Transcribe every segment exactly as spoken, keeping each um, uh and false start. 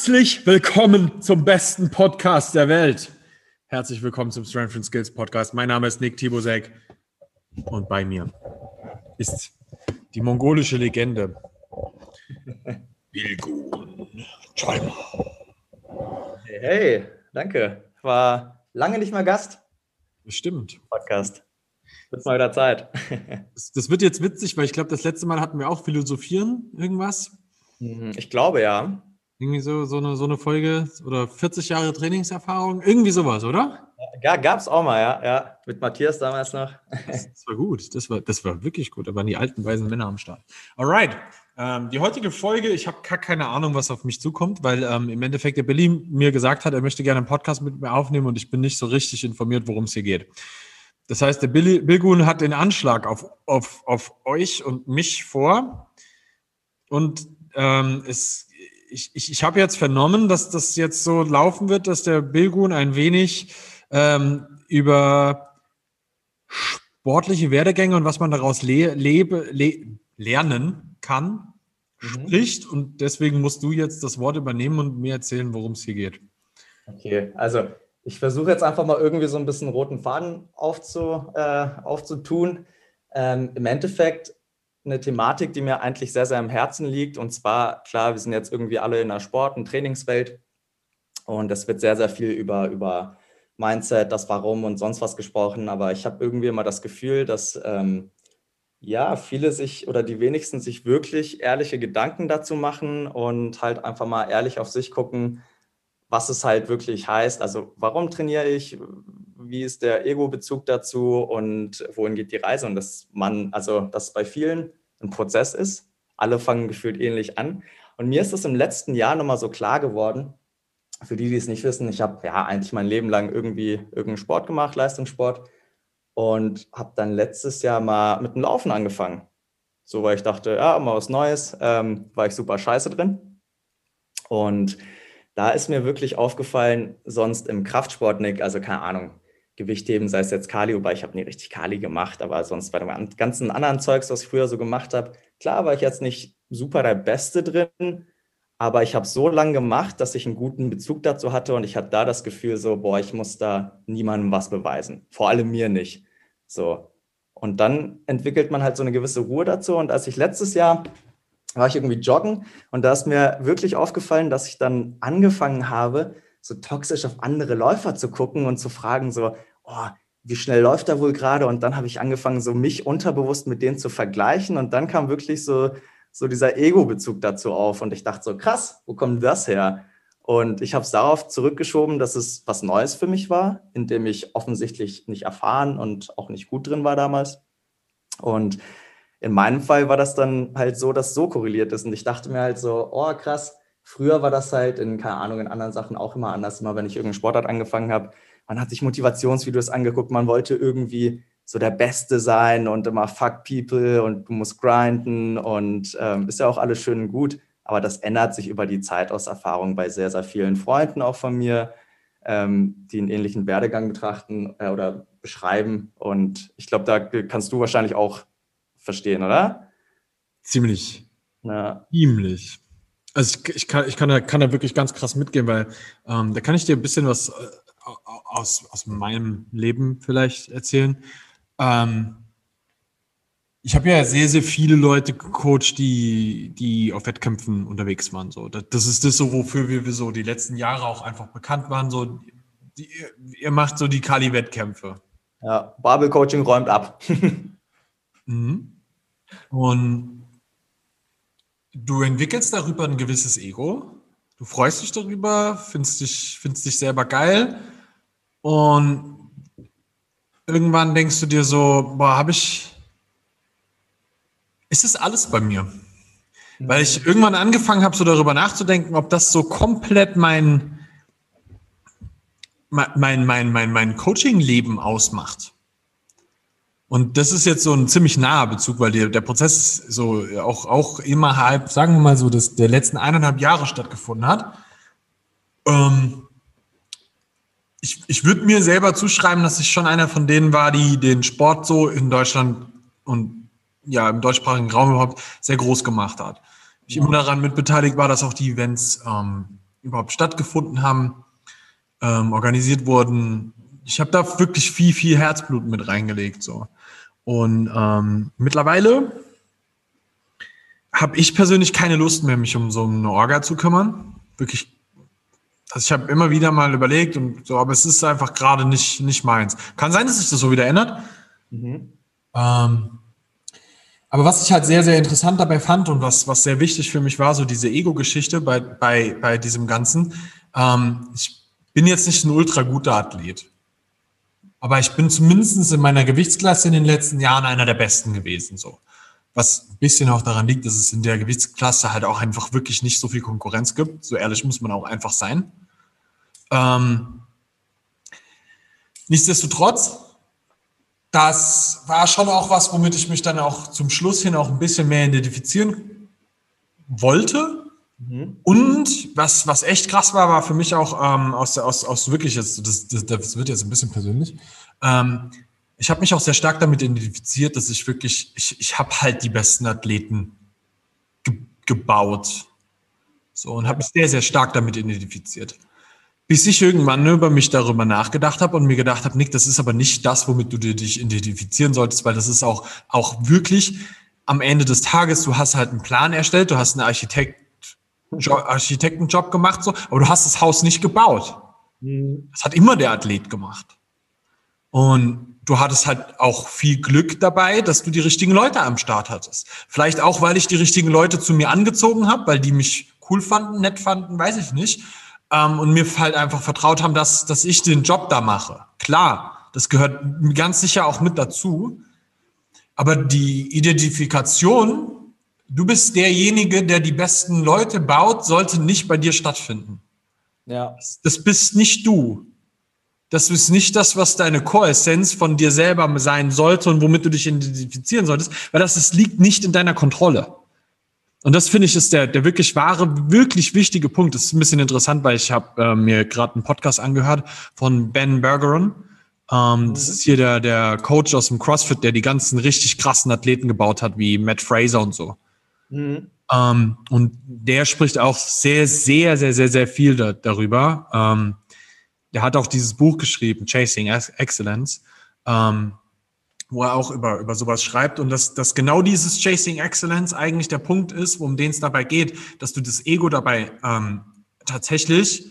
Herzlich willkommen zum besten Podcast der Welt. Herzlich willkommen zum Strength and Skills Podcast. Mein Name ist Nick Tibosek und bei mir ist die mongolische Legende Bilgun Chalma. Hey, hey, danke. War lange nicht mehr Gast. Das stimmt. Podcast. Wird mal wieder Zeit. Das, das wird jetzt witzig, weil ich glaube, das letzte Mal hatten wir auch Philosophieren, irgendwas. Ich glaube, ja. Irgendwie so, so, eine, so eine Folge oder vierzig Jahre Trainingserfahrung, irgendwie sowas, oder? Ja, gab es auch mal, ja. ja. Mit Matthias damals noch. Das, das war gut, das war, das war wirklich gut. Da waren die alten, weisen Männer am Start. Alright, ähm, die heutige Folge, ich habe gar keine Ahnung, was auf mich zukommt, weil ähm, im Endeffekt der Billy mir gesagt hat, er möchte gerne einen Podcast mit mir aufnehmen und ich bin nicht so richtig informiert, worum es hier geht. Das heißt, der Billy, Bilgun hat den Anschlag auf, auf, auf euch und mich vor und ähm, es Ich, ich, ich habe jetzt vernommen, dass das jetzt so laufen wird, dass der Bilgun ein wenig ähm, über sportliche Werdegänge und was man daraus le- lebe, le- lernen kann, mhm. spricht. Und deswegen musst du jetzt das Wort übernehmen und mir erzählen, worum es hier geht. Okay, also ich versuche jetzt einfach mal irgendwie so ein bisschen roten Faden aufzu, äh, aufzutun. Ähm, Im Endeffekt eine Thematik, die mir eigentlich sehr, sehr am Herzen liegt. Und zwar, klar, wir sind jetzt irgendwie alle in der Sport- und Trainingswelt und es wird sehr, sehr viel über, über Mindset, das Warum und sonst was gesprochen. Aber ich habe irgendwie immer das Gefühl, dass ähm, ja, viele sich oder die wenigsten sich wirklich ehrliche Gedanken dazu machen und halt einfach mal ehrlich auf sich gucken, was es halt wirklich heißt. Also warum trainiere ich? Wie ist der Ego-Bezug dazu und wohin geht die Reise? Und dass man, also dass bei vielen ein Prozess ist. Alle fangen gefühlt ähnlich an. Und mir ist das im letzten Jahr nochmal so klar geworden. Für die, die es nicht wissen, ich habe ja eigentlich mein Leben lang irgendwie irgendeinen Sport gemacht, Leistungssport. Und habe dann letztes Jahr mal mit dem Laufen angefangen. So, weil ich dachte, ja, mal was Neues. Ähm, war ich super scheiße drin. Und da ist mir wirklich aufgefallen, sonst im Kraftsport, Nick, also keine Ahnung, Gewichtheben, sei es jetzt Kali, wobei ich habe nie richtig Kali gemacht, aber sonst bei dem ganzen anderen Zeugs, was ich früher so gemacht habe, klar war ich jetzt nicht super der Beste drin, aber ich habe so lange gemacht, dass ich einen guten Bezug dazu hatte und ich hatte da das Gefühl so, boah, ich muss da niemandem was beweisen, vor allem mir nicht. So. Und dann entwickelt man halt so eine gewisse Ruhe dazu und als ich letztes Jahr war ich irgendwie joggen und da ist mir wirklich aufgefallen, dass ich dann angefangen habe, so toxisch auf andere Läufer zu gucken und zu fragen so, oh, wie schnell läuft er wohl gerade? Und dann habe ich angefangen, so mich unterbewusst mit denen zu vergleichen und dann kam wirklich so, so dieser Ego-Bezug dazu auf und ich dachte so, krass, wo kommt das her? Und ich habe es darauf zurückgeschoben, dass es was Neues für mich war, in dem ich offensichtlich nicht erfahren und auch nicht gut drin war damals. Und in meinem Fall war das dann halt so, dass es so korreliert ist. Und ich dachte mir halt so, oh krass, früher war das halt in, keine Ahnung, in anderen Sachen auch immer anders. Immer wenn ich irgendeinen Sportart angefangen habe, man hat sich Motivationsvideos angeguckt, man wollte irgendwie so der Beste sein und immer fuck people und du musst grinden und ähm, ist ja auch alles schön und gut. Aber das ändert sich über die Zeit aus Erfahrung bei sehr, sehr vielen Freunden auch von mir, ähm, die einen ähnlichen Werdegang betrachten äh, oder beschreiben. Und ich glaube, da kannst du wahrscheinlich auch verstehen, oder? Ziemlich. Ja. Ziemlich. Also ich, ich, kann, ich kann, da, kann da wirklich ganz krass mitgehen, weil ähm, da kann ich dir ein bisschen was äh, aus, aus meinem Leben vielleicht erzählen. Ähm, ich habe ja sehr, sehr viele Leute gecoacht, die, die auf Wettkämpfen unterwegs waren. So. Das, das ist das so, wofür wir, wir so die letzten Jahre auch einfach bekannt waren. So, die, ihr macht so die Kali-Wettkämpfe. Ja, Barbell-Coaching räumt ab. Mhm. Und du entwickelst darüber ein gewisses Ego. Du freust dich darüber, findest dich, findest dich selber geil. Und irgendwann denkst du dir so, boah, habe ich, ist das alles bei mir? Mhm. Weil ich irgendwann angefangen habe, so darüber nachzudenken, ob das so komplett mein, mein, mein, mein, mein Coaching-Leben ausmacht. Und das ist jetzt so ein ziemlich naher Bezug, weil der, der Prozess so auch, auch innerhalb, sagen wir mal so, des, der letzten eineinhalb Jahre stattgefunden hat. Ähm, ich ich würde mir selber zuschreiben, dass ich schon einer von denen war, die den Sport so in Deutschland und ja im deutschsprachigen Raum überhaupt sehr groß gemacht hat. Ich immer daran mitbeteiligt war, dass auch die Events ähm, überhaupt stattgefunden haben, ähm, organisiert wurden. Ich habe da wirklich viel, viel Herzblut mit reingelegt. So. Und ähm, mittlerweile habe ich persönlich keine Lust mehr, mich um so eine Orga zu kümmern. Wirklich. Also ich habe immer wieder mal überlegt und so, aber es ist einfach gerade nicht, nicht meins. Kann sein, dass sich das so wieder ändert. Mhm. Ähm, aber was ich halt sehr, sehr interessant dabei fand und was, was sehr wichtig für mich war, so diese Ego-Geschichte bei, bei, bei diesem Ganzen. Ähm, ich bin jetzt nicht ein ultra guter Athlet, aber ich bin zumindest in meiner Gewichtsklasse in den letzten Jahren einer der Besten gewesen. So. Was ein bisschen auch daran liegt, dass es in der Gewichtsklasse halt auch einfach wirklich nicht so viel Konkurrenz gibt. So ehrlich muss man auch einfach sein. Ähm, nichtsdestotrotz, das war schon auch was, womit ich mich dann auch zum Schluss hin auch ein bisschen mehr identifizieren wollte. Mhm. Und was, was echt krass war, war für mich auch ähm, aus, aus, aus wirklich, jetzt, das, das, das wird jetzt ein bisschen persönlich, ähm, ich habe mich auch sehr stark damit identifiziert, dass ich wirklich, ich, ich habe halt die besten Athleten ge- gebaut. So, und habe mich sehr, sehr stark damit identifiziert. Bis ich irgendwann über mich darüber nachgedacht habe und mir gedacht habe, Nick, das ist aber nicht das, womit du dich identifizieren solltest, weil das ist auch, auch wirklich am Ende des Tages, du hast halt einen Plan erstellt, du hast einen Architekt, Job, Architektenjob gemacht, so, aber du hast das Haus nicht gebaut. Das hat immer der Athlet gemacht. Und du hattest halt auch viel Glück dabei, dass du die richtigen Leute am Start hattest. Vielleicht auch, weil ich die richtigen Leute zu mir angezogen habe, weil die mich cool fanden, nett fanden, weiß ich nicht. Ähm, und mir halt einfach vertraut haben, dass, dass ich den Job da mache. Klar, das gehört ganz sicher auch mit dazu. Aber die Identifikation, du bist derjenige, der die besten Leute baut, sollte nicht bei dir stattfinden. Ja. Das, das bist nicht du. Das ist nicht das, was deine Core-Essenz von dir selber sein sollte und womit du dich identifizieren solltest, weil das, das liegt nicht in deiner Kontrolle. Und das finde ich ist der, der wirklich wahre, wirklich wichtige Punkt. Das ist ein bisschen interessant, weil ich habe äh, mir gerade einen Podcast angehört von Ben Bergeron. Ähm, mhm. Das ist hier der, der Coach aus dem CrossFit, der die ganzen richtig krassen Athleten gebaut hat, wie Matt Fraser und so. Mhm. Ähm, und der spricht auch sehr, sehr, sehr, sehr, sehr viel da, darüber. Ähm, der hat auch dieses Buch geschrieben, Chasing Excellence, ähm, wo er auch über, über sowas schreibt und dass, dass genau dieses Chasing Excellence eigentlich der Punkt ist, um den es dabei geht, dass du das Ego dabei ähm, tatsächlich,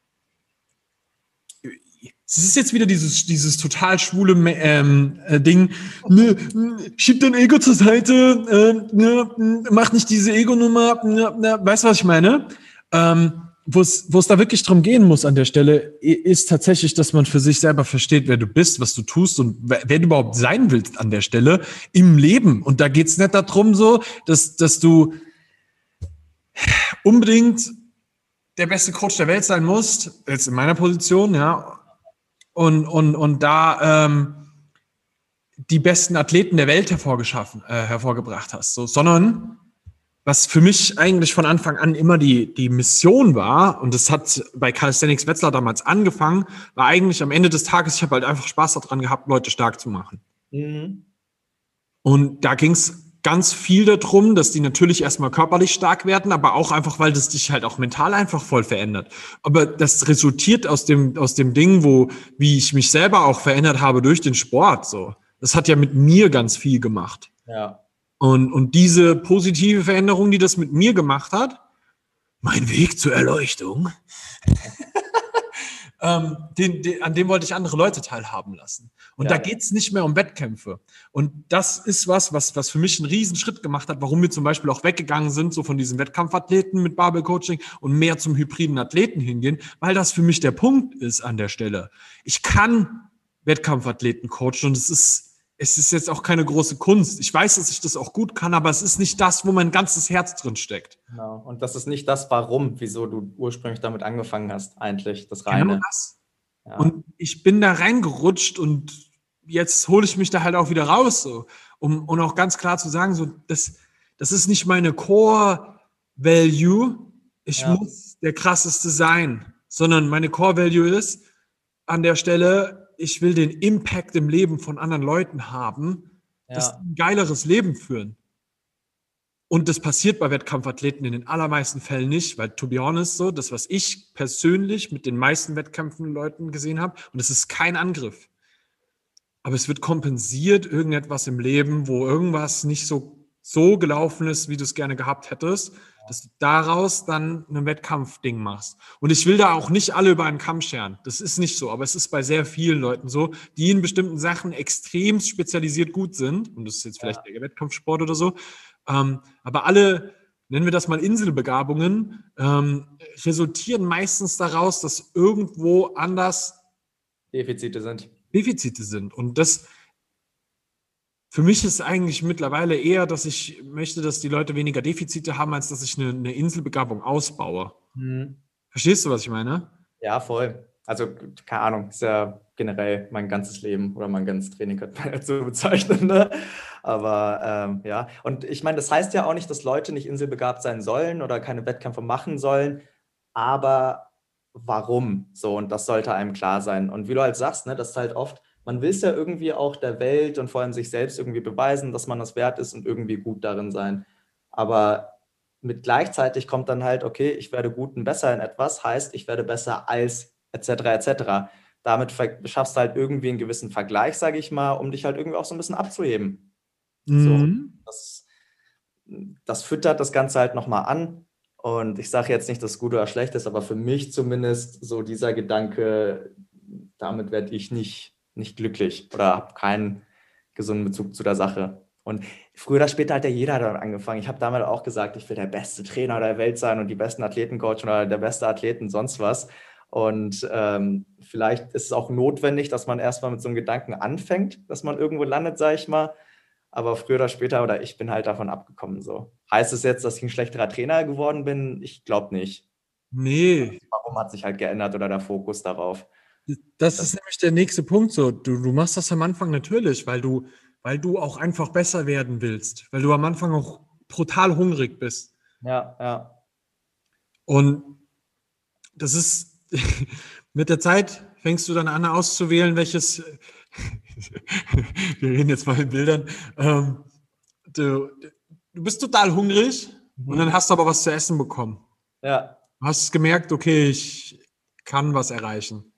es ist jetzt wieder dieses, dieses total schwule ähm, äh, Ding, ne, schieb dein Ego zur Seite, äh, ne, mach nicht diese Ego-Nummer, ne, ne, weißt du, was ich meine? Ähm, wo es, wo es da wirklich drum gehen muss an der Stelle, ist tatsächlich, dass man für sich selber versteht, wer du bist, was du tust und wer, wer du überhaupt sein willst an der Stelle im Leben. Und da geht's nicht darum so, dass, dass du unbedingt der beste Coach der Welt sein musst, jetzt in meiner Position, ja, und, und, und da ähm, die besten Athleten der Welt hervorgeschaffen, äh, hervorgebracht hast, so, sondern was für mich eigentlich von Anfang an immer die, die Mission war, und das hat bei Calisthenics Wetzlar damals angefangen, war eigentlich am Ende des Tages, ich habe halt einfach Spaß daran gehabt, Leute stark zu machen. Mhm. Und da ging es ganz viel darum, dass die natürlich erstmal körperlich stark werden, aber auch einfach, weil das dich halt auch mental einfach voll verändert. Aber das resultiert aus dem, aus dem Ding, wo, wie ich mich selber auch verändert habe durch den Sport, so. Das hat ja mit mir ganz viel gemacht. Ja. Und, und diese positive Veränderung, die das mit mir gemacht hat, mein Weg zur Erleuchtung, ähm, den, den, an dem wollte ich andere Leute teilhaben lassen. Und ja. Da geht's nicht mehr um Wettkämpfe. Und das ist was, was, was für mich einen riesen Schritt gemacht hat, warum wir zum Beispiel auch weggegangen sind, so von diesen Wettkampfathleten mit Barbell Coaching und mehr zum hybriden Athleten hingehen, weil das für mich der Punkt ist an der Stelle. Ich kann Wettkampfathleten coachen und es ist Es ist jetzt auch keine große Kunst. Ich weiß, dass ich das auch gut kann, aber es ist nicht das, wo mein ganzes Herz drin steckt. Genau. Und das ist nicht das, warum, wieso du ursprünglich damit angefangen hast, eigentlich, das Reine. Genau das. Ja. Und ich bin da reingerutscht und jetzt hole ich mich da halt auch wieder raus, so, um, um auch ganz klar zu sagen, so, das, das ist nicht meine Core-Value, ich ja. muss der Krasseste sein, sondern meine Core-Value ist an der Stelle, ich will den Impact im Leben von anderen Leuten haben, ja. dass die ein geileres Leben führen. Und das passiert bei Wettkampfathleten in den allermeisten Fällen nicht, weil, to be honest, so, das, was ich persönlich mit den meisten Wettkämpfen-Leuten gesehen habe, und es ist kein Angriff, aber es wird kompensiert, irgendetwas im Leben, wo irgendwas nicht so, so gelaufen ist, wie du es gerne gehabt hättest, dass du daraus dann ein Wettkampfding machst. Und ich will da auch nicht alle über einen Kamm scheren. Das ist nicht so, aber es ist bei sehr vielen Leuten so, die in bestimmten Sachen extrem spezialisiert gut sind. Und das ist jetzt vielleicht ja. der Wettkampfsport oder so. Ähm, aber alle, nennen wir das mal Inselbegabungen, ähm, resultieren meistens daraus, dass irgendwo anders Defizite sind. Defizite sind. Und das für mich ist eigentlich mittlerweile eher, dass ich möchte, dass die Leute weniger Defizite haben, als dass ich eine, eine Inselbegabung ausbaue. Mhm. Verstehst du, was ich meine? Ja, voll. Also, keine Ahnung, ist ja generell mein ganzes Leben oder mein ganzes Training, könnte man jetzt so bezeichnen. Ne? Aber ähm, ja, und ich meine, das heißt ja auch nicht, dass Leute nicht inselbegabt sein sollen oder keine Wettkämpfe machen sollen, aber warum? So, und das sollte einem klar sein. Und wie du halt sagst, ne, das ist halt oft, man will es ja irgendwie auch der Welt und vor allem sich selbst irgendwie beweisen, dass man das wert ist und irgendwie gut darin sein. Aber mit gleichzeitig kommt dann halt, okay, ich werde gut und besser in etwas, heißt, ich werde besser als et cetera et cetera. Damit schaffst du halt irgendwie einen gewissen Vergleich, sage ich mal, um dich halt irgendwie auch so ein bisschen abzuheben. Mhm. So, das, das füttert das Ganze halt nochmal an. Und ich sage jetzt nicht, dass es gut oder schlecht ist, aber für mich zumindest so dieser Gedanke, damit werde ich nicht, nicht glücklich oder habe keinen gesunden Bezug zu der Sache. Und früher oder später hat ja jeder damit angefangen. Ich habe damals auch gesagt, ich will der beste Trainer der Welt sein und die besten Athleten coachen oder der beste Athleten, sonst was. Und ähm, vielleicht ist es auch notwendig, dass man erstmal mit so einem Gedanken anfängt, dass man irgendwo landet, sage ich mal. Aber früher oder später, oder ich bin halt davon abgekommen. So. Heißt es jetzt, dass ich ein schlechterer Trainer geworden bin? Ich glaube nicht. Nee. Warum hat sich halt geändert oder der Fokus darauf? Das, das ist nämlich der nächste Punkt. So. Du, du machst das am Anfang natürlich, weil du, weil du auch einfach besser werden willst. Weil du am Anfang auch brutal hungrig bist. Ja, ja. Und das ist, mit der Zeit fängst du dann an auszuwählen, welches, wir reden jetzt mal in Bildern, ähm, du, du bist total hungrig mhm. und dann hast du aber was zu essen bekommen. Ja. Du hast gemerkt, okay, ich kann was erreichen.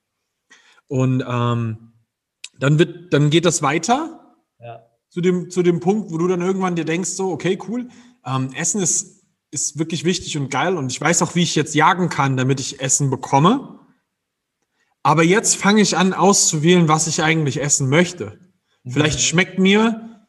Und ähm, dann, wird, dann geht das weiter ja. zu, dem, zu dem Punkt, wo du dann irgendwann dir denkst, so, okay, cool, ähm, Essen ist, ist wirklich wichtig und geil und ich weiß auch, wie ich jetzt jagen kann, damit ich Essen bekomme. Aber jetzt fange ich an auszuwählen, was ich eigentlich essen möchte. Mhm. Vielleicht schmeckt mir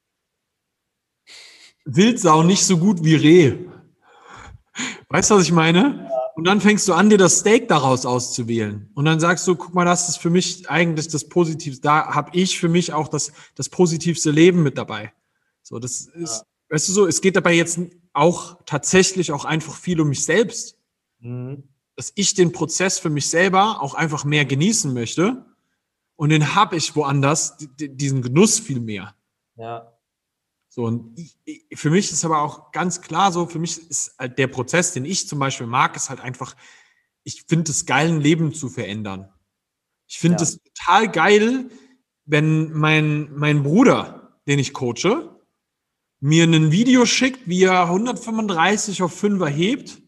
Wildsau nicht so gut wie Reh. Weißt du, was ich meine? Ja. Und dann fängst du an, dir das Steak daraus auszuwählen. Und dann sagst du, guck mal, das ist für mich eigentlich das Positivste. Da habe ich für mich auch das, das positivste Leben mit dabei. So, das ist, ja. weißt du so, es geht dabei jetzt auch tatsächlich auch einfach viel um mich selbst. Mhm. Dass ich den Prozess für mich selber auch einfach mehr genießen möchte. Und den habe ich woanders, d- diesen Genuss viel mehr. Ja. So, und ich, ich, für mich ist aber auch ganz klar so, für mich ist halt der Prozess, den ich zum Beispiel mag, ist halt einfach, ich finde es geil, ein Leben zu verändern. Ich finde es ja. total geil, wenn mein, mein Bruder, den ich coache, mir ein Video schickt, wie er hundertfünfunddreißig auf Fünfer hebt,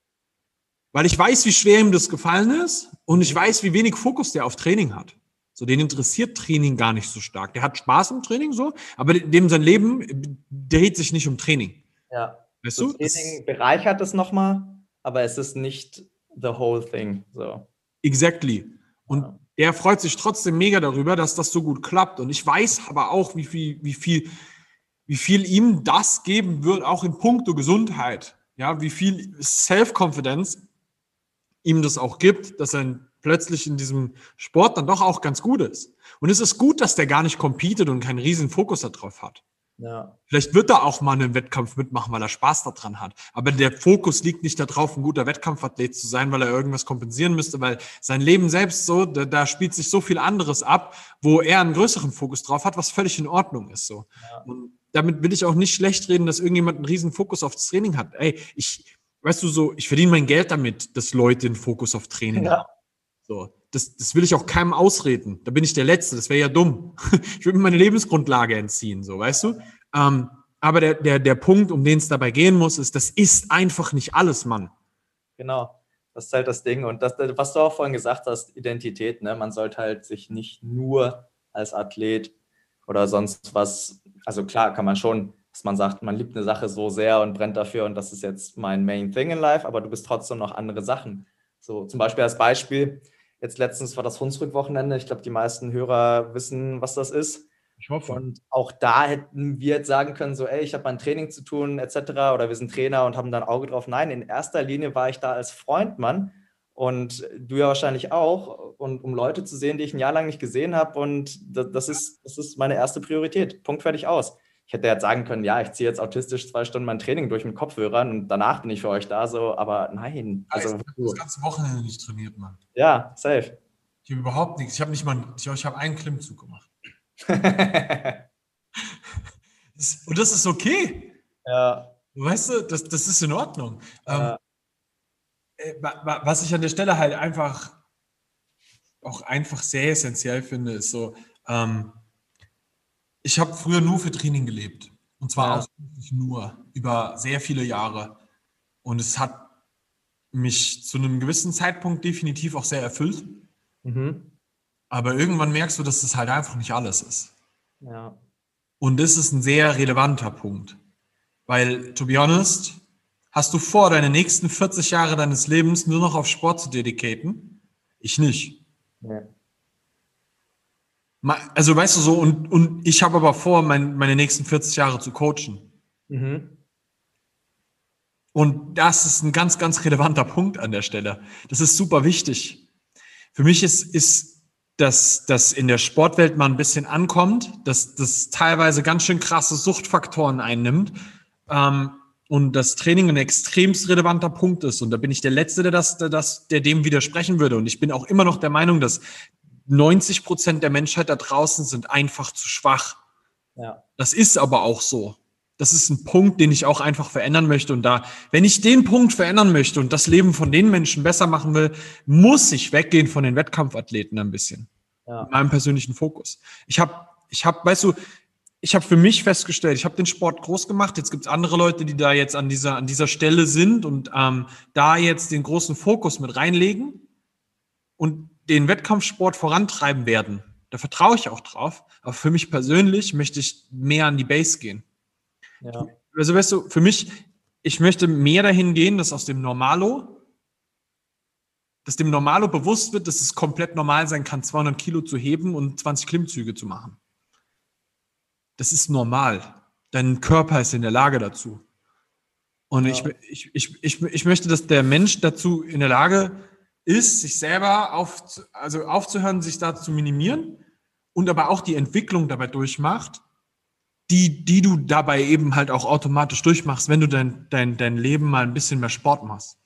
weil ich weiß, wie schwer ihm das gefallen ist und ich weiß, wie wenig Fokus der auf Training hat. So, den interessiert Training gar nicht so stark. Der hat Spaß im Training so, aber dem sein Leben dreht sich nicht um Training. Ja. Weißt so du? Training bereichert es nochmal, aber es ist nicht the whole thing. So. Exactly. Und ja. er freut sich trotzdem mega darüber, dass das so gut klappt. Und ich weiß aber auch, wie viel, wie viel, wie viel ihm das geben wird, auch in puncto Gesundheit. Ja, wie viel Self-Confidence ihm das auch gibt, dass er plötzlich in diesem Sport dann doch auch ganz gut ist. Und es ist gut, dass der gar nicht competet und keinen riesen Fokus darauf hat. Ja. Vielleicht wird er auch mal einen Wettkampf mitmachen, weil er Spaß daran hat. Aber der Fokus liegt nicht darauf, ein guter Wettkampfathlet zu sein, weil er irgendwas kompensieren müsste, weil sein Leben selbst so, da, da spielt sich so viel anderes ab, wo er einen größeren Fokus drauf hat, was völlig in Ordnung ist. So. Ja. Und damit will ich auch nicht schlecht reden, dass irgendjemand einen riesen Fokus aufs Training hat. Ey, ich, weißt du so, ich verdiene mein Geld damit, dass Leute den Fokus auf Training ja. haben. So, das, das will ich auch keinem ausreden. Da bin ich der Letzte, das wäre ja dumm. Ich würde mir meine Lebensgrundlage entziehen, so, weißt du? Ähm, Aber der, der, der Punkt, um den es dabei gehen muss, ist, das ist einfach nicht alles, Mann. Genau, das ist halt das Ding. Und das, was du auch vorhin gesagt hast, Identität, ne? Man sollte halt sich nicht nur als Athlet oder sonst was, also klar kann man schon, dass man sagt, man liebt eine Sache so sehr und brennt dafür und das ist jetzt mein Main Thing in Life, aber du bist trotzdem noch andere Sachen. So zum Beispiel als Beispiel, jetzt letztens war das Hunsrück-Wochenende, ich glaube, die meisten Hörer wissen, was das ist. Ich hoffe. Und auch da hätten wir jetzt sagen können, so, ey, ich habe mein Training zu tun, et cetera. Oder wir sind Trainer und haben da ein Auge drauf. Nein, in erster Linie war ich da als Freund, Mann. Und du ja wahrscheinlich auch. Und um Leute zu sehen, die ich ein Jahr lang nicht gesehen habe. Und das ist, das ist meine erste Priorität. Punkt, fertig, aus. Ich hätte jetzt sagen können, ja, ich ziehe jetzt autistisch zwei Stunden mein Training durch mit Kopfhörern und danach bin ich für euch da, so. Aber nein. Also, Also, ich habe das ganze Wochenende nicht trainiert, Mann. Ja, safe. Ich habe überhaupt nichts. Ich habe nicht mal, ich, ich habe einen Klimmzug gemacht. Und das ist okay. Ja. Weißt du, das, das ist in Ordnung. Ja. Ähm, was ich an der Stelle halt einfach auch einfach sehr essentiell finde, ist so, ähm, ich habe früher nur für Training gelebt. Und zwar Ja. ausschließlich nur über sehr viele Jahre. Und es hat mich zu einem gewissen Zeitpunkt definitiv auch sehr erfüllt. Mhm. Aber irgendwann merkst du, dass das halt einfach nicht alles ist. Ja. Und das ist ein sehr relevanter Punkt. Weil, to be honest, hast du vor, deine nächsten vierzig Jahre deines Lebens nur noch auf Sport zu dedicaten? Ich nicht. Ja. Also weißt du so, und, und ich habe aber vor, mein, meine nächsten vierzig Jahre zu coachen. Mhm. Und das ist ein ganz, ganz relevanter Punkt an der Stelle. Das ist super wichtig. Für mich ist, ist dass das in der Sportwelt mal ein bisschen ankommt, dass das teilweise ganz schön krasse Suchtfaktoren einnimmt ähm, und das Training ein extremst relevanter Punkt ist. Und da bin ich der Letzte, der, das, der, das, der dem widersprechen würde. Und ich bin auch immer noch der Meinung, dass neunzig Prozent der Menschheit da draußen sind einfach zu schwach. Ja. Das ist aber auch so. Das ist ein Punkt, den ich auch einfach verändern möchte. Und da, wenn ich den Punkt verändern möchte und das Leben von den Menschen besser machen will, muss ich weggehen von den Wettkampfathleten ein bisschen. Ja. Mit meinem persönlichen Fokus. Ich habe, ich habe, weißt du, ich habe für mich festgestellt, ich habe den Sport groß gemacht. Jetzt gibt es andere Leute, die da jetzt an dieser, an dieser Stelle sind und ähm, da jetzt den großen Fokus mit reinlegen und den Wettkampfsport vorantreiben werden. Da vertraue ich auch drauf. Aber für mich persönlich möchte ich mehr an die Base gehen. Ja. Also weißt du, für mich, ich möchte mehr dahin gehen, dass aus dem Normalo, dass dem Normalo bewusst wird, dass es komplett normal sein kann, zweihundert Kilo zu heben und zwanzig Klimmzüge zu machen. Das ist normal. Dein Körper ist in der Lage dazu. Und ja. ich, ich, ich, ich, ich möchte, dass der Mensch dazu in der Lage ist, sich selber auf, also aufzuhören, sich da zu minimieren und aber auch die Entwicklung dabei durchmacht, die, die du dabei eben halt auch automatisch durchmachst, wenn du dein, dein, dein Leben mal ein bisschen mehr Sport machst.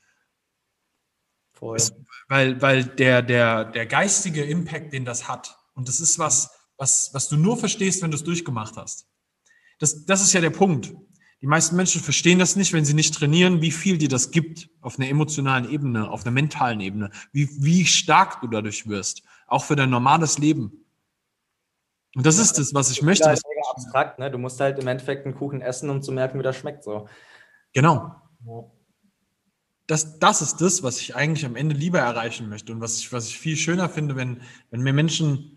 Voll. Es, weil weil der, der, der geistige Impact, den das hat, und das ist was, was, was du nur verstehst, wenn du es durchgemacht hast. Das, das ist ja der Punkt. Die meisten Menschen verstehen das nicht, wenn sie nicht trainieren, wie viel dir das gibt auf einer emotionalen Ebene, auf einer mentalen Ebene, wie, wie stark du dadurch wirst, auch für dein normales Leben. Und das ja, ist das, was ich möchte. Das ist mega abstrakt, ne? Du musst halt im Endeffekt einen Kuchen essen, um zu merken, wie das schmeckt. So. Genau. Ja. Das, das ist das, was ich eigentlich am Ende lieber erreichen möchte und was ich, was ich viel schöner finde, wenn, wenn mehr Menschen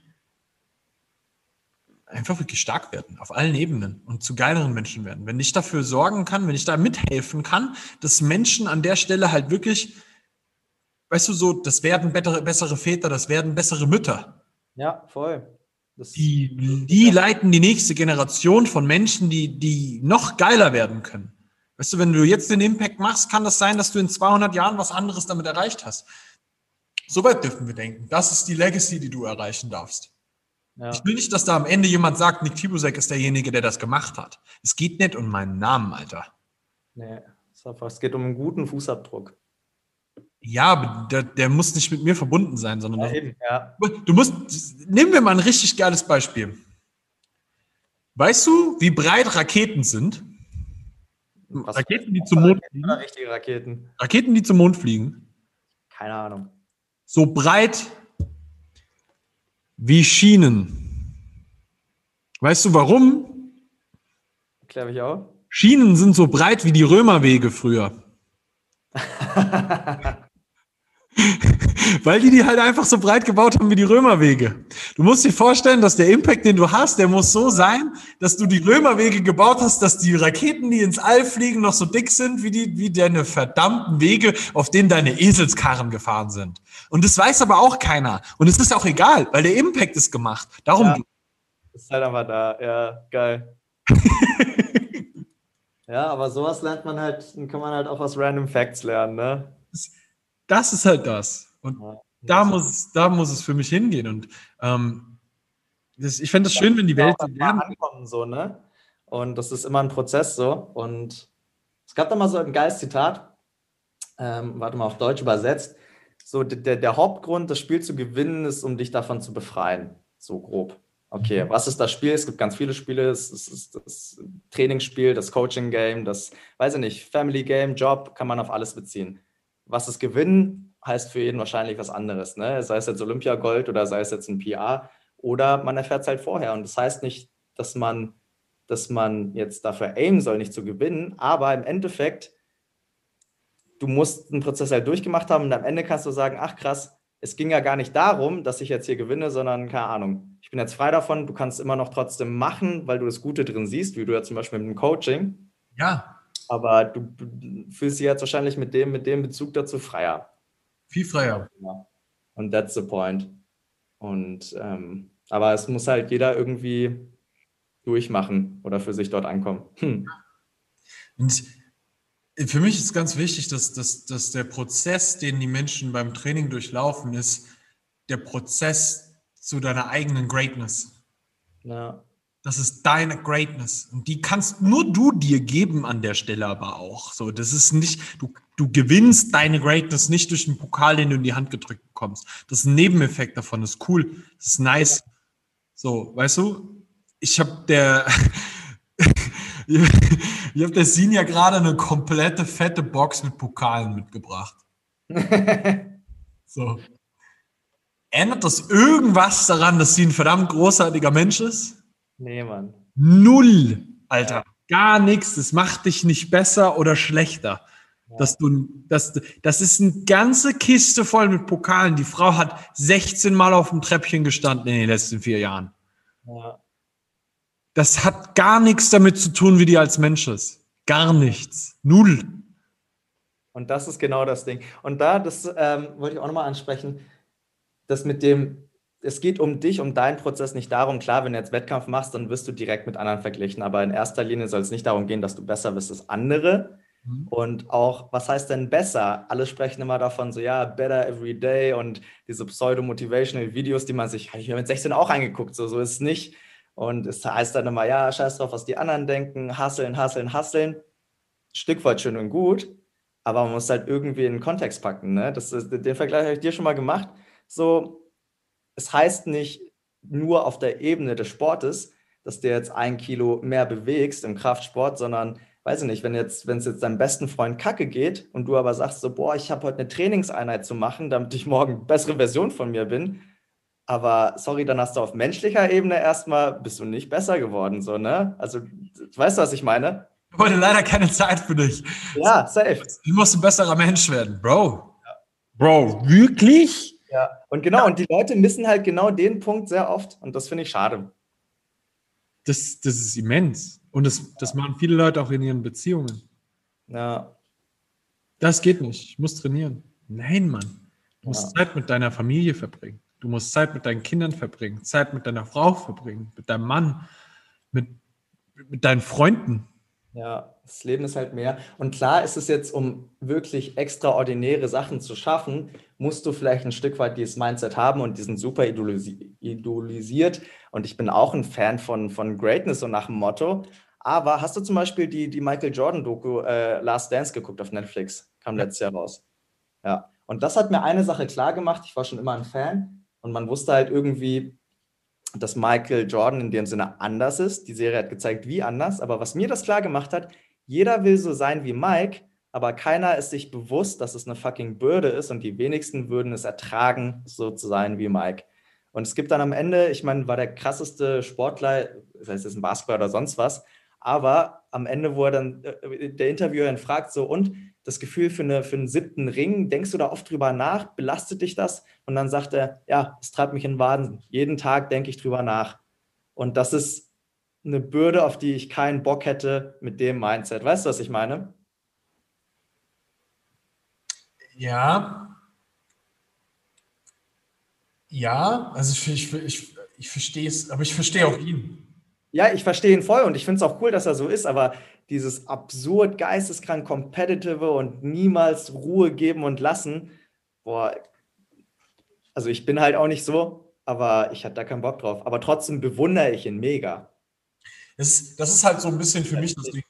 einfach wirklich stark werden, auf allen Ebenen und zu geileren Menschen werden. Wenn ich dafür sorgen kann, wenn ich da mithelfen kann, dass Menschen an der Stelle halt wirklich, weißt du so, das werden bessere, bessere Väter, das werden bessere Mütter. Ja, voll. Das die, die leiten die nächste Generation von Menschen, die, die noch geiler werden können. Weißt du, wenn du jetzt den Impact machst, kann das sein, dass du in zweihundert Jahren was anderes damit erreicht hast. Soweit dürfen wir denken. Das ist die Legacy, die du erreichen darfst. Ja. Ich will nicht, dass da am Ende jemand sagt, Nick Tibusek ist derjenige, der das gemacht hat. Es geht nicht um meinen Namen, Alter. Nee, es geht um einen guten Fußabdruck. Ja, aber der, der muss nicht mit mir verbunden sein, sondern ja, das, eben, ja. du musst, nehmen wir mal ein richtig geiles Beispiel. Weißt du, wie breit Raketen sind? Was Raketen, die zum Mond fliegen? Oder richtige Raketen? Raketen, die zum Mond fliegen. Keine Ahnung. So breit wie Schienen. Weißt du warum? Klär mich auf. Schienen sind so breit wie die Römerwege früher. Weil die die halt einfach so breit gebaut haben wie die Römerwege. Du musst dir vorstellen, dass der Impact, den du hast, der muss so sein, dass du die Römerwege gebaut hast, dass die Raketen, die ins All fliegen, noch so dick sind wie die, wie deine verdammten Wege, auf denen deine Eselskarren gefahren sind. Und das weiß aber auch keiner. Und es ist auch egal, weil der Impact ist gemacht. Darum ja, ist halt einfach da. Ja, geil. Ja, aber sowas lernt man halt, dann kann man halt auch aus Random Facts lernen, ne? Das ist halt das. Und ja, da, muss es, da muss es für mich hingehen. Und ähm, das, ich fände es schön, wenn die Welt so lernen. Ankommen, so, ne? Und das ist immer ein Prozess so. Und es gab da mal so ein geiles Zitat, ähm, warte mal, auf Deutsch übersetzt. So, der, der Hauptgrund, das Spiel zu gewinnen, ist, um dich davon zu befreien. So grob. Okay, was ist das Spiel? Es gibt ganz viele Spiele. Es ist das Trainingsspiel, das Coaching-Game, das, weiß ich nicht, Family-Game, Job, kann man auf alles beziehen. Was ist Gewinnen, heißt für jeden wahrscheinlich was anderes, ne? Sei es jetzt Olympiagold oder sei es jetzt ein P R oder man erfährt es halt vorher. Und das heißt nicht, dass man, dass man jetzt dafür aimen soll, nicht zu gewinnen, aber im Endeffekt, du musst einen Prozess halt durchgemacht haben und am Ende kannst du sagen, ach krass, es ging ja gar nicht darum, dass ich jetzt hier gewinne, sondern keine Ahnung, ich bin jetzt frei davon, du kannst immer noch trotzdem machen, weil du das Gute drin siehst, wie du ja zum Beispiel mit dem Coaching. Ja. Aber du, du fühlst dich jetzt wahrscheinlich mit dem, mit dem Bezug dazu freier. Viel freier. Ja. Und that's the point. Und ähm, aber es muss halt jeder irgendwie durchmachen oder für sich dort ankommen. Hm. Und für mich ist ganz wichtig, dass, dass, dass der Prozess, den die Menschen beim Training durchlaufen, ist der Prozess zu deiner eigenen Greatness. Ja. Das ist deine Greatness. Und die kannst nur du dir geben an der Stelle aber auch. So, das ist nicht, du, du gewinnst deine Greatness nicht durch einen Pokal, den du in die Hand gedrückt bekommst. Das ist ein Nebeneffekt davon. Das ist cool. Das ist nice. So, weißt du? Ich habe der, ich habe der Sin ja gerade eine komplette fette Box mit Pokalen mitgebracht. So. Ändert das irgendwas daran, dass sie ein verdammt großartiger Mensch ist? Nee, Mann. Null, Alter. Ja. Gar nichts. Das macht dich nicht besser oder schlechter. Ja. Dass du, das, das ist eine ganze Kiste voll mit Pokalen. Die Frau hat sechzehn Mal auf dem Treppchen gestanden in den letzten vier Jahren. Ja. Das hat gar nichts damit zu tun, wie die als Mensch ist. Gar nichts. Null. Und das ist genau das Ding. Und da, das ähm, wollte ich auch nochmal ansprechen, das mit dem, es geht um dich, um deinen Prozess, nicht darum, klar, wenn du jetzt Wettkampf machst, dann wirst du direkt mit anderen verglichen, aber in erster Linie soll es nicht darum gehen, dass du besser bist als andere. Mhm. Und auch, was heißt denn besser? Alle sprechen immer davon, so ja, better every day und diese pseudo-motivational Videos, die man sich, habe ich mir mit sechzehn auch angeguckt, so, so ist es nicht. Und es heißt dann immer, ja, scheiß drauf, was die anderen denken, hasseln, hasseln, hasseln. Stück weit schön und gut, aber man muss halt irgendwie in den Kontext packen, ne? Das ist, den Vergleich habe ich dir schon mal gemacht. So, es heißt nicht nur auf der Ebene des Sportes, dass du jetzt ein Kilo mehr bewegst im Kraftsport, sondern, weiß ich nicht, wenn jetzt, wenn es jetzt deinem besten Freund kacke geht und du aber sagst so, boah, ich habe heute eine Trainingseinheit zu machen, damit ich morgen eine bessere Version von mir bin, aber sorry, dann hast du auf menschlicher Ebene erstmal, bist du nicht besser geworden, so, ne? Also, weißt du, was ich meine? Ich habe heute leider keine Zeit für dich. Ja, safe. Du musst ein besserer Mensch werden, Bro. Ja. Bro, wirklich? Ja, und genau, ja. Und die Leute missen halt genau den Punkt sehr oft und das finde ich schade. Das, das ist immens. Und das, das machen viele Leute auch in ihren Beziehungen. Ja. Das geht nicht. Ich muss trainieren. Nein, Mann. Du musst ja. Zeit mit deiner Familie verbringen. Du musst Zeit mit deinen Kindern verbringen. Zeit mit deiner Frau verbringen. Mit deinem Mann. Mit, mit deinen Freunden. Ja, das Leben ist halt mehr. Und klar ist es jetzt, um wirklich extraordinäre Sachen zu schaffen, musst du vielleicht ein Stück weit dieses Mindset haben und die sind super idolisiert. Und ich bin auch ein Fan von, von Greatness, so nach dem Motto. Aber hast du zum Beispiel die, die Michael Jordan-Doku äh, Last Dance geguckt auf Netflix? Kam letztes Jahr raus. Ja. Und das hat mir eine Sache klar gemacht. Ich war schon immer ein Fan und man wusste halt irgendwie, dass Michael Jordan in dem Sinne anders ist. Die Serie hat gezeigt, wie anders. Aber was mir das klar gemacht hat, jeder will so sein wie Mike, aber keiner ist sich bewusst, dass es eine fucking Bürde ist und die wenigsten würden es ertragen, so zu sein wie Mike. Und es gibt dann am Ende, ich meine, war der krasseste Sportler, das heißt, es ist ein Basketballer oder sonst was, Aber am Ende, wo er dann, äh, der Interviewer ihn fragt, so, und das Gefühl für, eine, für einen siebten Ring, denkst du da oft drüber nach? Belastet dich das? Und dann sagt er, ja, es treibt mich in den Wahnsinn. Jeden Tag denke ich drüber nach. Und das ist eine Bürde, auf die ich keinen Bock hätte mit dem Mindset. Weißt du, was ich meine? Ja, ja, also ich, ich, ich, ich verstehe es, aber ich verstehe auch ihn. Ja, ich verstehe ihn voll und ich finde es auch cool, dass er so ist, aber dieses absurd geisteskrank Competitive und niemals Ruhe geben und lassen, boah, also ich bin halt auch nicht so, aber ich hatte da keinen Bock drauf. Aber trotzdem bewundere ich ihn mega. Das, das ist halt so ein bisschen für mich das Ding.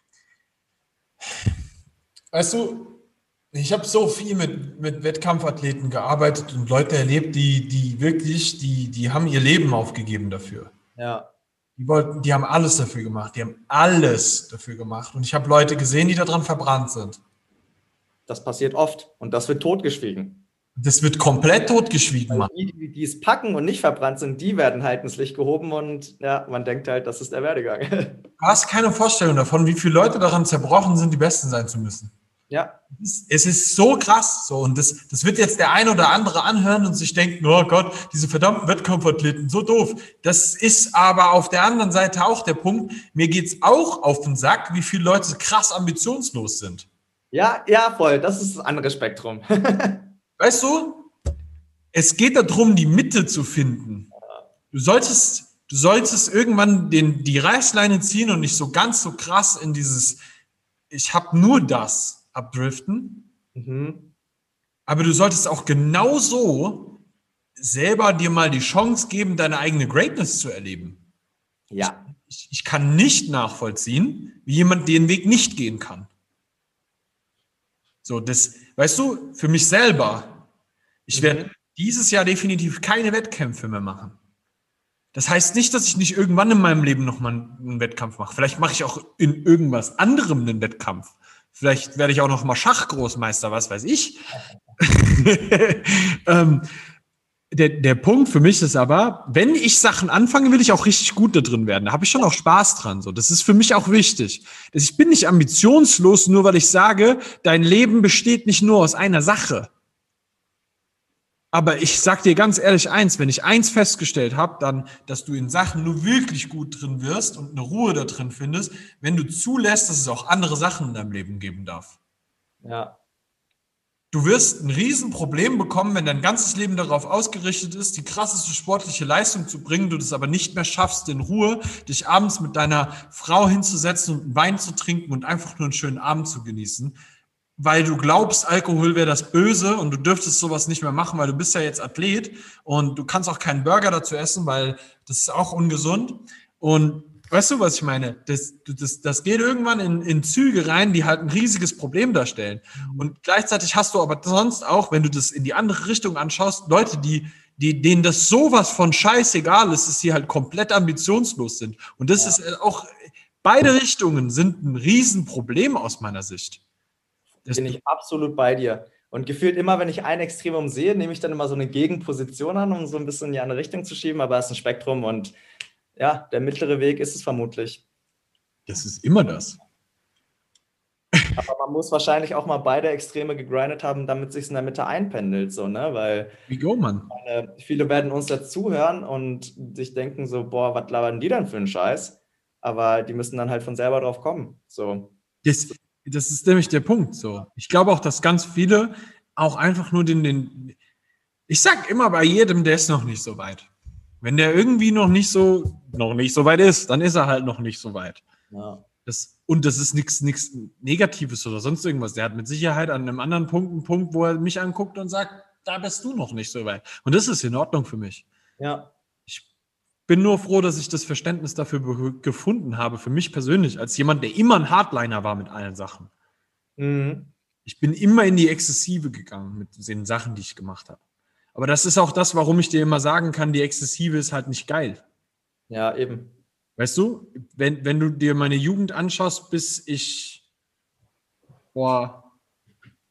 Weißt du, ich habe so viel mit, mit Wettkampfathleten gearbeitet und Leute erlebt, die, die wirklich, die, die haben ihr Leben aufgegeben dafür. Ja. Die wollten, die haben alles dafür gemacht, die haben alles dafür gemacht. Und ich habe Leute gesehen, die daran verbrannt sind. Das passiert oft und das wird totgeschwiegen. Das wird komplett totgeschwiegen, Mann. Die, die, die es packen und nicht verbrannt sind, die werden halt ins Licht gehoben und ja, man denkt halt, das ist der Werdegang. Du hast keine Vorstellung davon, wie viele Leute daran zerbrochen sind, die Besten sein zu müssen. Ja. Es ist so krass, so, und das, das wird jetzt der ein oder andere anhören und sich denken, oh Gott, diese verdammten Wettkampfathleten, so doof. Das ist aber auf der anderen Seite auch der Punkt, mir geht's auch auf den Sack, wie viele Leute krass ambitionslos sind. Ja, ja, voll, das ist das andere Spektrum. Weißt du, es geht darum, die Mitte zu finden. Du solltest, du solltest irgendwann den, die Reißleine ziehen und nicht so ganz so krass in dieses, ich habe nur das, abdriften. Mhm. Aber du solltest auch genauso selber dir mal die Chance geben, deine eigene Greatness zu erleben. Ja. Ich, ich kann nicht nachvollziehen, wie jemand den Weg nicht gehen kann. So, das, weißt du, für mich selber, ich Mhm. werde dieses Jahr definitiv keine Wettkämpfe mehr machen. Das heißt nicht, dass ich nicht irgendwann in meinem Leben nochmal einen Wettkampf mache. Vielleicht mache ich auch in irgendwas anderem einen Wettkampf. Vielleicht werde ich auch noch mal Schachgroßmeister, was weiß ich. ähm, der, der Punkt für mich ist aber, wenn ich Sachen anfange, will ich auch richtig gut da drin werden. Da habe ich schon auch Spaß dran. So, das ist für mich auch wichtig. Ich bin nicht ambitionslos, nur weil ich sage, dein Leben besteht nicht nur aus einer Sache. Aber ich sag dir ganz ehrlich eins, wenn ich eins festgestellt habe, dann, dass du in Sachen nur wirklich gut drin wirst und eine Ruhe da drin findest, wenn du zulässt, dass es auch andere Sachen in deinem Leben geben darf. Ja. Du wirst ein Riesenproblem bekommen, wenn dein ganzes Leben darauf ausgerichtet ist, die krasseste sportliche Leistung zu bringen, du das aber nicht mehr schaffst, in Ruhe dich abends mit deiner Frau hinzusetzen und einen Wein zu trinken und einfach nur einen schönen Abend zu genießen, weil du glaubst, Alkohol wäre das Böse und du dürftest sowas nicht mehr machen, weil du bist ja jetzt Athlet und du kannst auch keinen Burger dazu essen, weil das ist auch ungesund. Und weißt du, was ich meine? Das, das, das geht irgendwann in, in Züge rein, die halt ein riesiges Problem darstellen. Und gleichzeitig hast du aber sonst auch, wenn du das in die andere Richtung anschaust, Leute, die, die, denen das sowas von scheißegal ist, dass sie halt komplett ambitionslos sind. Und das ja. ist auch, beide Richtungen sind ein Riesenproblem aus meiner Sicht. Das bin ich absolut bei dir. Und gefühlt immer, wenn ich ein Extremum sehe, nehme ich dann immer so eine Gegenposition an, um so ein bisschen in die andere Richtung zu schieben, aber es ist ein Spektrum und ja, der mittlere Weg ist es vermutlich. Das ist immer das. Aber man muss wahrscheinlich auch mal beide Extreme gegrindet haben, damit es sich in der Mitte einpendelt, so, ne? Weil Wie go, Mann? Meine, viele werden uns dazuhören und sich denken so, boah, was labern die denn für einen Scheiß? Aber die müssen dann halt von selber drauf kommen. So. Das, das ist nämlich der Punkt. So. Ich glaube auch, dass ganz viele auch einfach nur den, den, ich sag immer bei jedem, der ist noch nicht so weit. Wenn der irgendwie noch nicht so, noch nicht so weit ist, dann ist er halt noch nicht so weit. Ja. Das, und das ist nichts nichts Negatives oder sonst irgendwas. Der hat mit Sicherheit an einem anderen Punkt einen Punkt, wo er mich anguckt und sagt, da bist du noch nicht so weit. Und das ist in Ordnung für mich. Ja. Ich bin nur froh, dass ich das Verständnis dafür gefunden habe, für mich persönlich, als jemand, der immer ein Hardliner war mit allen Sachen. Mhm. Ich bin immer in die Exzessive gegangen mit den Sachen, die ich gemacht habe. Aber das ist auch das, warum ich dir immer sagen kann, die Exzessive ist halt nicht geil. Ja, eben. Weißt du, wenn, wenn du dir meine Jugend anschaust, bis ich vor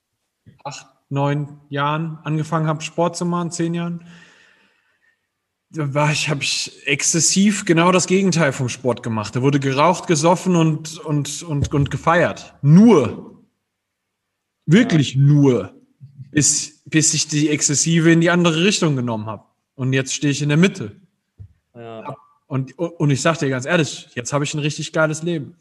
acht, neun Jahren angefangen habe, Sport zu machen, zehn Jahren, da war ich, habe ich exzessiv genau das Gegenteil vom Sport gemacht. Da wurde geraucht, gesoffen und, und, und, und gefeiert. Nur, wirklich nur, bis, bis ich die Exzessive in die andere Richtung genommen habe. Und jetzt stehe ich in der Mitte. Ja. Und, und ich sag dir ganz ehrlich, jetzt habe ich ein richtig geiles Leben.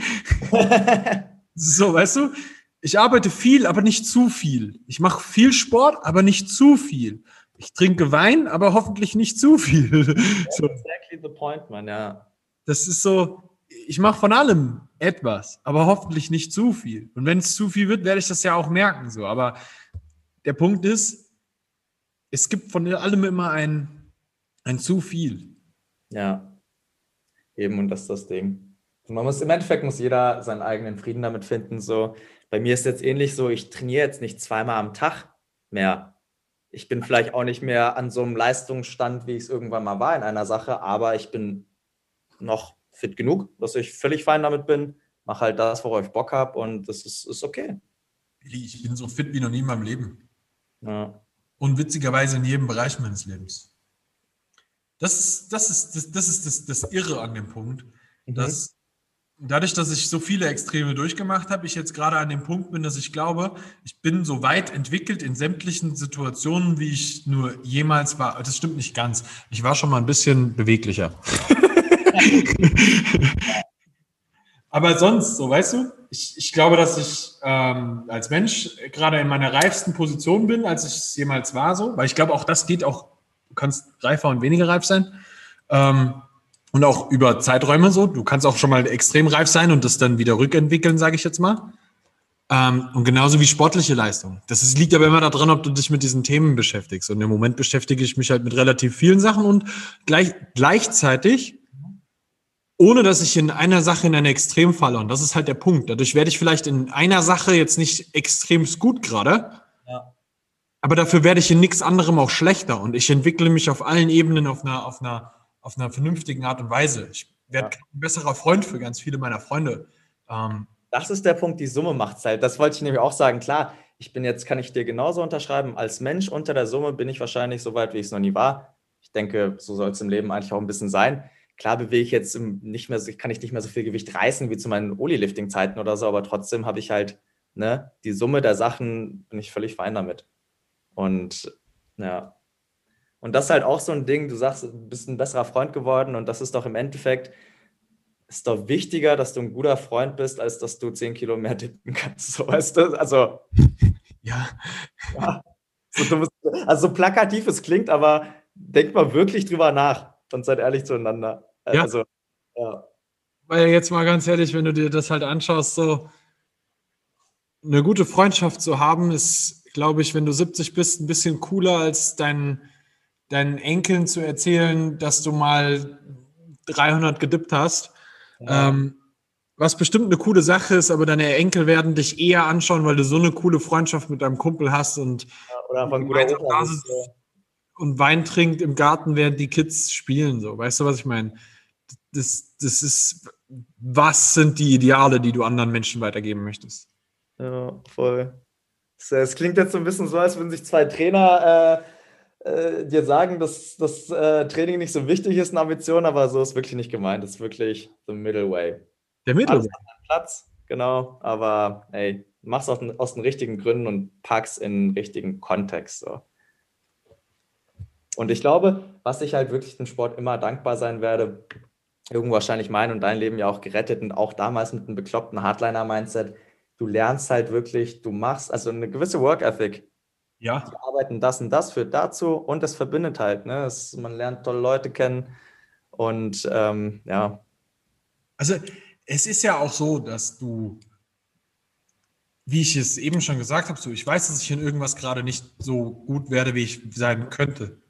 So, weißt du, ich arbeite viel, aber nicht zu viel. Ich mache viel Sport, aber nicht zu viel. Ich trinke Wein, aber hoffentlich nicht zu viel. So, That's exactly the point, man, ja. das ist so, ich mache von allem etwas, aber hoffentlich nicht zu viel. Und wenn es zu viel wird, werde ich das ja auch merken. So. Aber der Punkt ist, es gibt von allem immer ein, ein zu viel. Ja, eben, und das ist das Ding. Und man muss, im Endeffekt muss jeder seinen eigenen Frieden damit finden. So, bei mir ist jetzt ähnlich so, ich trainiere jetzt nicht zweimal am Tag mehr. Ich bin vielleicht auch nicht mehr an so einem Leistungsstand, wie ich es irgendwann mal war in einer Sache, aber ich bin noch fit genug, dass ich völlig fein damit bin, mache halt das, worauf ich Bock habe, und das ist, ist okay. Ich bin so fit wie noch nie in meinem Leben. Ja. Und witzigerweise in jedem Bereich meines Lebens. Das ist das, ist, das, das, ist das, das Irre an dem Punkt, Mhm. dass dadurch, dass ich so viele Extreme durchgemacht habe, ich jetzt gerade an dem Punkt bin, dass ich glaube, ich bin so weit entwickelt in sämtlichen Situationen, wie ich nur jemals war. Das stimmt nicht ganz. Ich war schon mal ein bisschen beweglicher. Aber sonst, so weißt du, ich, ich glaube, dass ich ähm, als Mensch gerade in meiner reifsten Position bin, als ich es jemals war, so, weil ich glaube, auch das geht auch, du kannst reifer und weniger reif sein. Ähm, und auch über Zeiträume so. Du kannst auch schon mal extrem reif sein und das dann wieder rückentwickeln, sage ich jetzt mal. Ähm, und genauso wie sportliche Leistung. Das ist, liegt aber immer daran, ob du dich mit diesen Themen beschäftigst. Und im Moment beschäftige ich mich halt mit relativ vielen Sachen und gleich, gleichzeitig, ohne dass ich in einer Sache in ein Extrem falle. Und das ist halt der Punkt. Dadurch werde ich vielleicht in einer Sache jetzt nicht extremst gut gerade, Ja. aber dafür werde ich in nichts anderem auch schlechter. Und ich entwickle mich auf allen Ebenen auf einer, auf einer, auf einer vernünftigen Art und Weise. Ich werde Ja. ein besserer Freund für ganz viele meiner Freunde. Ähm, Das ist der Punkt, die Summe macht es halt. Das wollte ich nämlich auch sagen. Klar, ich bin jetzt, kann ich dir genauso unterschreiben, als Mensch unter der Summe bin ich wahrscheinlich so weit, wie ich es noch nie war. Ich denke, so soll es im Leben eigentlich auch ein bisschen sein. Klar bewege ich jetzt nicht mehr, kann ich nicht mehr so viel Gewicht reißen wie zu meinen Oli-Lifting-Zeiten oder so, aber trotzdem habe ich halt, ne, die Summe der Sachen, bin ich völlig fein damit. Und ja, und das ist halt auch so ein Ding, du sagst, du bist ein besserer Freund geworden, und das ist doch im Endeffekt, ist doch wichtiger, dass du ein guter Freund bist, als dass du zehn Kilo mehr dippen kannst. So, weißt du? Also, ja, ja, so dumm es- also so plakativ es klingt, aber denkt mal wirklich drüber nach und seid ehrlich zueinander. ja, Also, ja. weil jetzt mal ganz ehrlich, wenn du dir das halt anschaust, so eine gute Freundschaft zu haben, ist, glaube ich, wenn du siebzig bist, ein bisschen cooler als deinen, deinen Enkeln zu erzählen, dass du mal dreihundert gedippt hast. Ja. Ähm, was bestimmt eine coole Sache ist, aber deine Enkel werden dich eher anschauen, weil du so eine coole Freundschaft mit deinem Kumpel hast und Oder einfach ein guter gemeinsam Opa da bist. sitzt So. und Wein trinkt im Garten, während die Kids spielen. So, weißt du, was ich meine? Das, das ist, was sind die Ideale, die du anderen Menschen weitergeben möchtest? Ja, voll. Es, es klingt jetzt so ein bisschen so, als würden sich zwei Trainer äh, äh, dir sagen, dass das äh, Training nicht so wichtig ist, eine Ambition, aber so ist wirklich nicht gemeint. Das ist wirklich the middle way. Der Mittel. Alles hat seinen Platz, genau, aber ey, mach's aus, den- aus den richtigen Gründen und pack's in den richtigen Kontext. So. Und ich glaube, was ich halt wirklich dem Sport immer dankbar sein werde, irgendwo wahrscheinlich mein und dein Leben ja auch gerettet, und auch damals mit einem bekloppten Hardliner-Mindset, du lernst halt wirklich, du machst also eine gewisse Work-Ethic. Die Ja, arbeiten das und das, führt dazu, und das verbindet halt. Ne? Es, man lernt tolle Leute kennen, und ähm, ja, also es ist ja auch so, dass du, wie ich es eben schon gesagt habe, so ich weiß, dass ich in irgendwas gerade nicht so gut werde, wie ich sein könnte.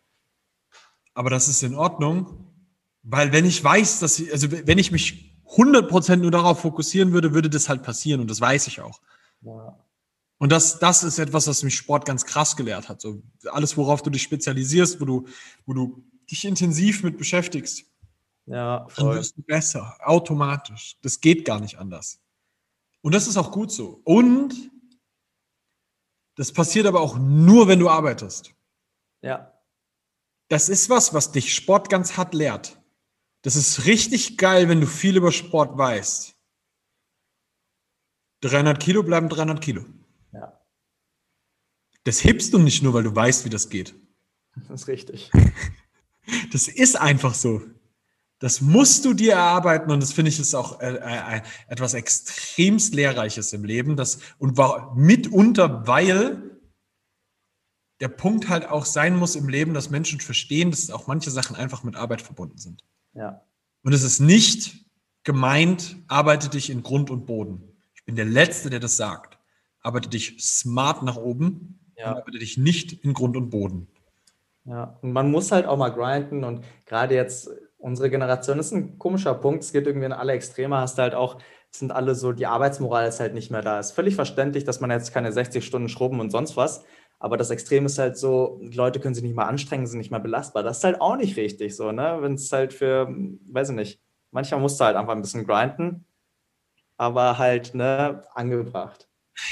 Aber das ist in Ordnung, weil wenn ich weiß, dass ich, also wenn ich mich hundert Prozent nur darauf fokussieren würde, würde das halt passieren, und das weiß ich auch. ja, Und das, das ist etwas, was mich Sport ganz krass gelehrt hat. So alles, worauf du dich spezialisierst, wo du, wo du dich intensiv mit beschäftigst, ja, dann voll. wirst du besser, automatisch. Das geht gar nicht anders. Und das ist auch gut so. Und das passiert aber auch nur, wenn du arbeitest. Ja, das ist was, was dich Sport ganz hart lehrt. Das ist richtig geil, wenn du viel über Sport weißt. dreihundert Kilo bleiben dreihundert Kilo. Ja. Das hebst du nicht nur, weil du weißt, wie das geht. Das ist richtig. Das ist einfach so. Das musst du dir erarbeiten und das finde ich ist auch äh, äh, etwas extremst Lehrreiches im Leben. Das, und war mitunter, weil der Punkt halt auch sein muss im Leben, dass Menschen verstehen, dass auch manche Sachen einfach mit Arbeit verbunden sind. Ja. Und es ist nicht gemeint, arbeite dich in Grund und Boden. Ich bin der Letzte, der das sagt. Arbeite dich smart nach oben Ja. und arbeite dich nicht in Grund und Boden. Ja, und man muss halt auch mal grinden und gerade jetzt unsere Generation ist ein komischer Punkt, es geht irgendwie in alle Extreme, hast du halt auch, sind alle so, die Arbeitsmoral ist halt nicht mehr da. Ist völlig verständlich, dass man jetzt keine sechzig Stunden schrubben und sonst was, aber das Extrem ist halt so, die Leute können sich nicht mal anstrengen, sind nicht mehr belastbar. Das ist halt auch nicht richtig so, ne? Wenn es halt für, weiß ich nicht, manchmal musst du halt einfach ein bisschen grinden, aber halt, ne, angebracht.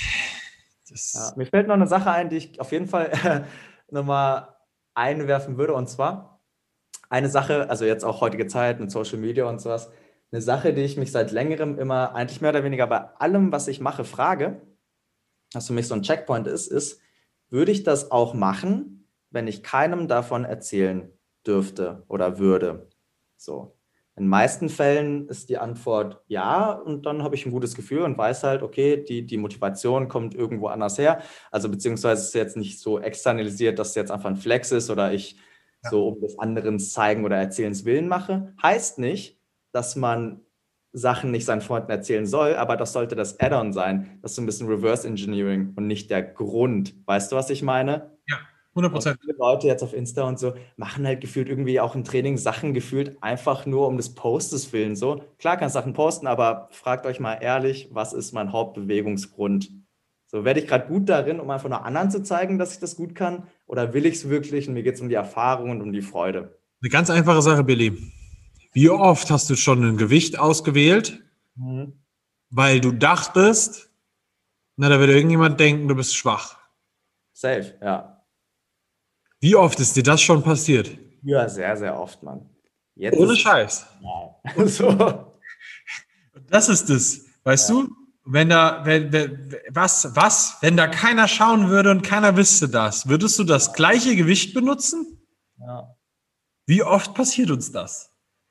Ja, mir fällt noch eine Sache ein, die ich auf jeden Fall äh, nochmal einwerfen würde, und zwar eine Sache, also jetzt auch heutige Zeit mit Social Media und sowas, eine Sache, die ich mich seit längerem immer eigentlich mehr oder weniger bei allem, was ich mache, frage, was für mich so ein Checkpoint ist, ist, würde ich das auch machen, wenn ich keinem davon erzählen dürfte oder würde? So. In den meisten Fällen ist die Antwort ja, und dann habe ich ein gutes Gefühl und weiß halt, okay, die, die Motivation kommt irgendwo anders her. Also beziehungsweise ist es jetzt nicht so externalisiert, dass es jetzt einfach ein Flex ist oder ich ja. so um des anderen zeigen oder erzählens willen mache. Heißt nicht, dass man Sachen nicht seinen Freunden erzählen soll, aber das sollte das Add-on sein. Das ist so ein bisschen Reverse Engineering und nicht der Grund. Weißt du, was ich meine? Ja. hundert Prozent. Viele Leute jetzt auf Insta und so machen halt gefühlt irgendwie auch im Training Sachen gefühlt einfach nur um des Postes willen. So, klar kannst du Sachen posten, aber fragt euch mal ehrlich, was ist mein Hauptbewegungsgrund? So, werde ich gerade gut darin, um einfach nur anderen zu zeigen, dass ich das gut kann? Oder will ich es wirklich und mir geht es um die Erfahrung und um die Freude? Eine ganz einfache Sache, Billy. Wie oft hast du schon ein Gewicht ausgewählt, mhm. weil du dachtest, na, da wird irgendjemand denken, du bist schwach? Safe, ja. Wie oft ist dir das schon passiert? Ja, sehr, sehr oft, Mann. Jetzt Ohne Scheiß. Ja. So. Das ist es, weißt ja. du? Wenn da, wenn, wenn, was, was, wenn da keiner schauen würde und keiner wüsste das, würdest du das gleiche Gewicht benutzen? Ja. Wie oft passiert uns das?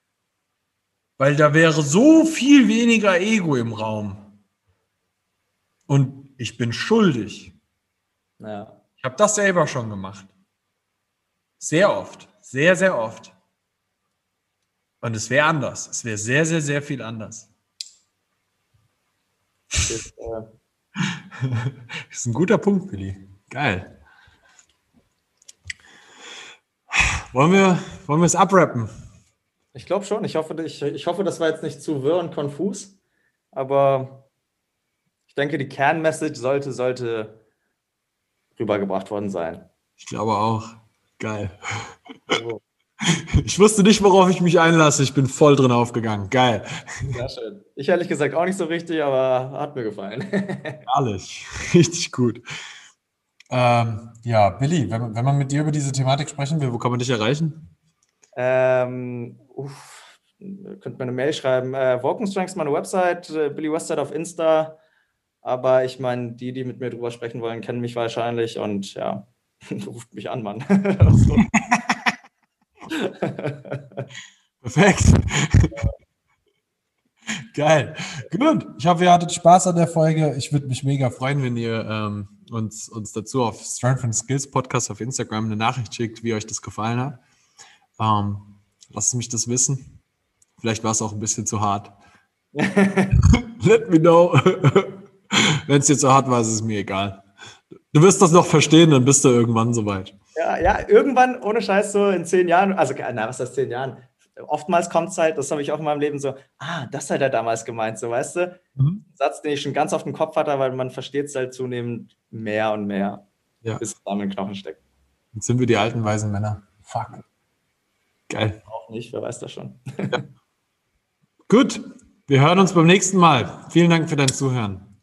Weil da wäre so viel weniger Ego im Raum. Und ich bin schuldig. Ja. Ich habe das selber schon gemacht. Sehr oft. Sehr, sehr oft. Und es wäre anders. Es wäre sehr, sehr, sehr viel anders. Das ist, äh das ist ein guter Punkt, Billy. Geil. Wollen wir, wollen wir es abrappen? Ich glaube schon. Ich hoffe, ich, ich hoffe, das war jetzt nicht zu wirr und konfus. Aber ich denke, die Kernmessage sollte, sollte rübergebracht worden sein. Ich glaube auch. Geil. So. Ich wusste nicht, worauf ich mich einlasse. Ich bin voll drin aufgegangen. Geil. Sehr schön. Ich ehrlich gesagt auch nicht so richtig, aber hat mir gefallen. Ehrlich. Richtig gut. Ähm, ja, Billy, wenn, wenn man mit dir über diese Thematik sprechen will, wo kann man dich erreichen? Ähm, uff, könnt mir eine Mail schreiben. Äh, Woken Strength ist meine Website, äh, Billy Westhead auf Insta. Aber ich meine, die, die mit mir drüber sprechen wollen, kennen mich wahrscheinlich und ja, ruft mich an, Mann. Perfekt. Geil. Gut. Ich hoffe, ihr hattet Spaß an der Folge. Ich würde mich mega freuen, wenn ihr ähm, uns, uns dazu auf Strength and Skills Podcast auf Instagram eine Nachricht schickt, wie euch das gefallen hat. Ähm, lasst mich das wissen. Vielleicht war es auch ein bisschen zu hart. Let me know. Wenn es dir zu hart war, ist es mir egal. Du wirst das noch verstehen, dann bist du irgendwann soweit. Ja, ja, irgendwann, ohne Scheiß, so in zehn Jahren, also, na, was heißt zehn Jahren? Oftmals kommt es halt, das habe ich auch in meinem Leben so, ah, das hat er damals gemeint, so, weißt du? Mhm. Ein Satz, den ich schon ganz auf den Kopf hatte, weil man versteht es halt zunehmend mehr und mehr, ja. bis es da in den Knochen steckt. Jetzt sind wir die alten, weisen Männer. Fuck. Geil. Auch nicht, wer weiß das schon. Ja. Gut, wir hören uns beim nächsten Mal. Vielen Dank für dein Zuhören.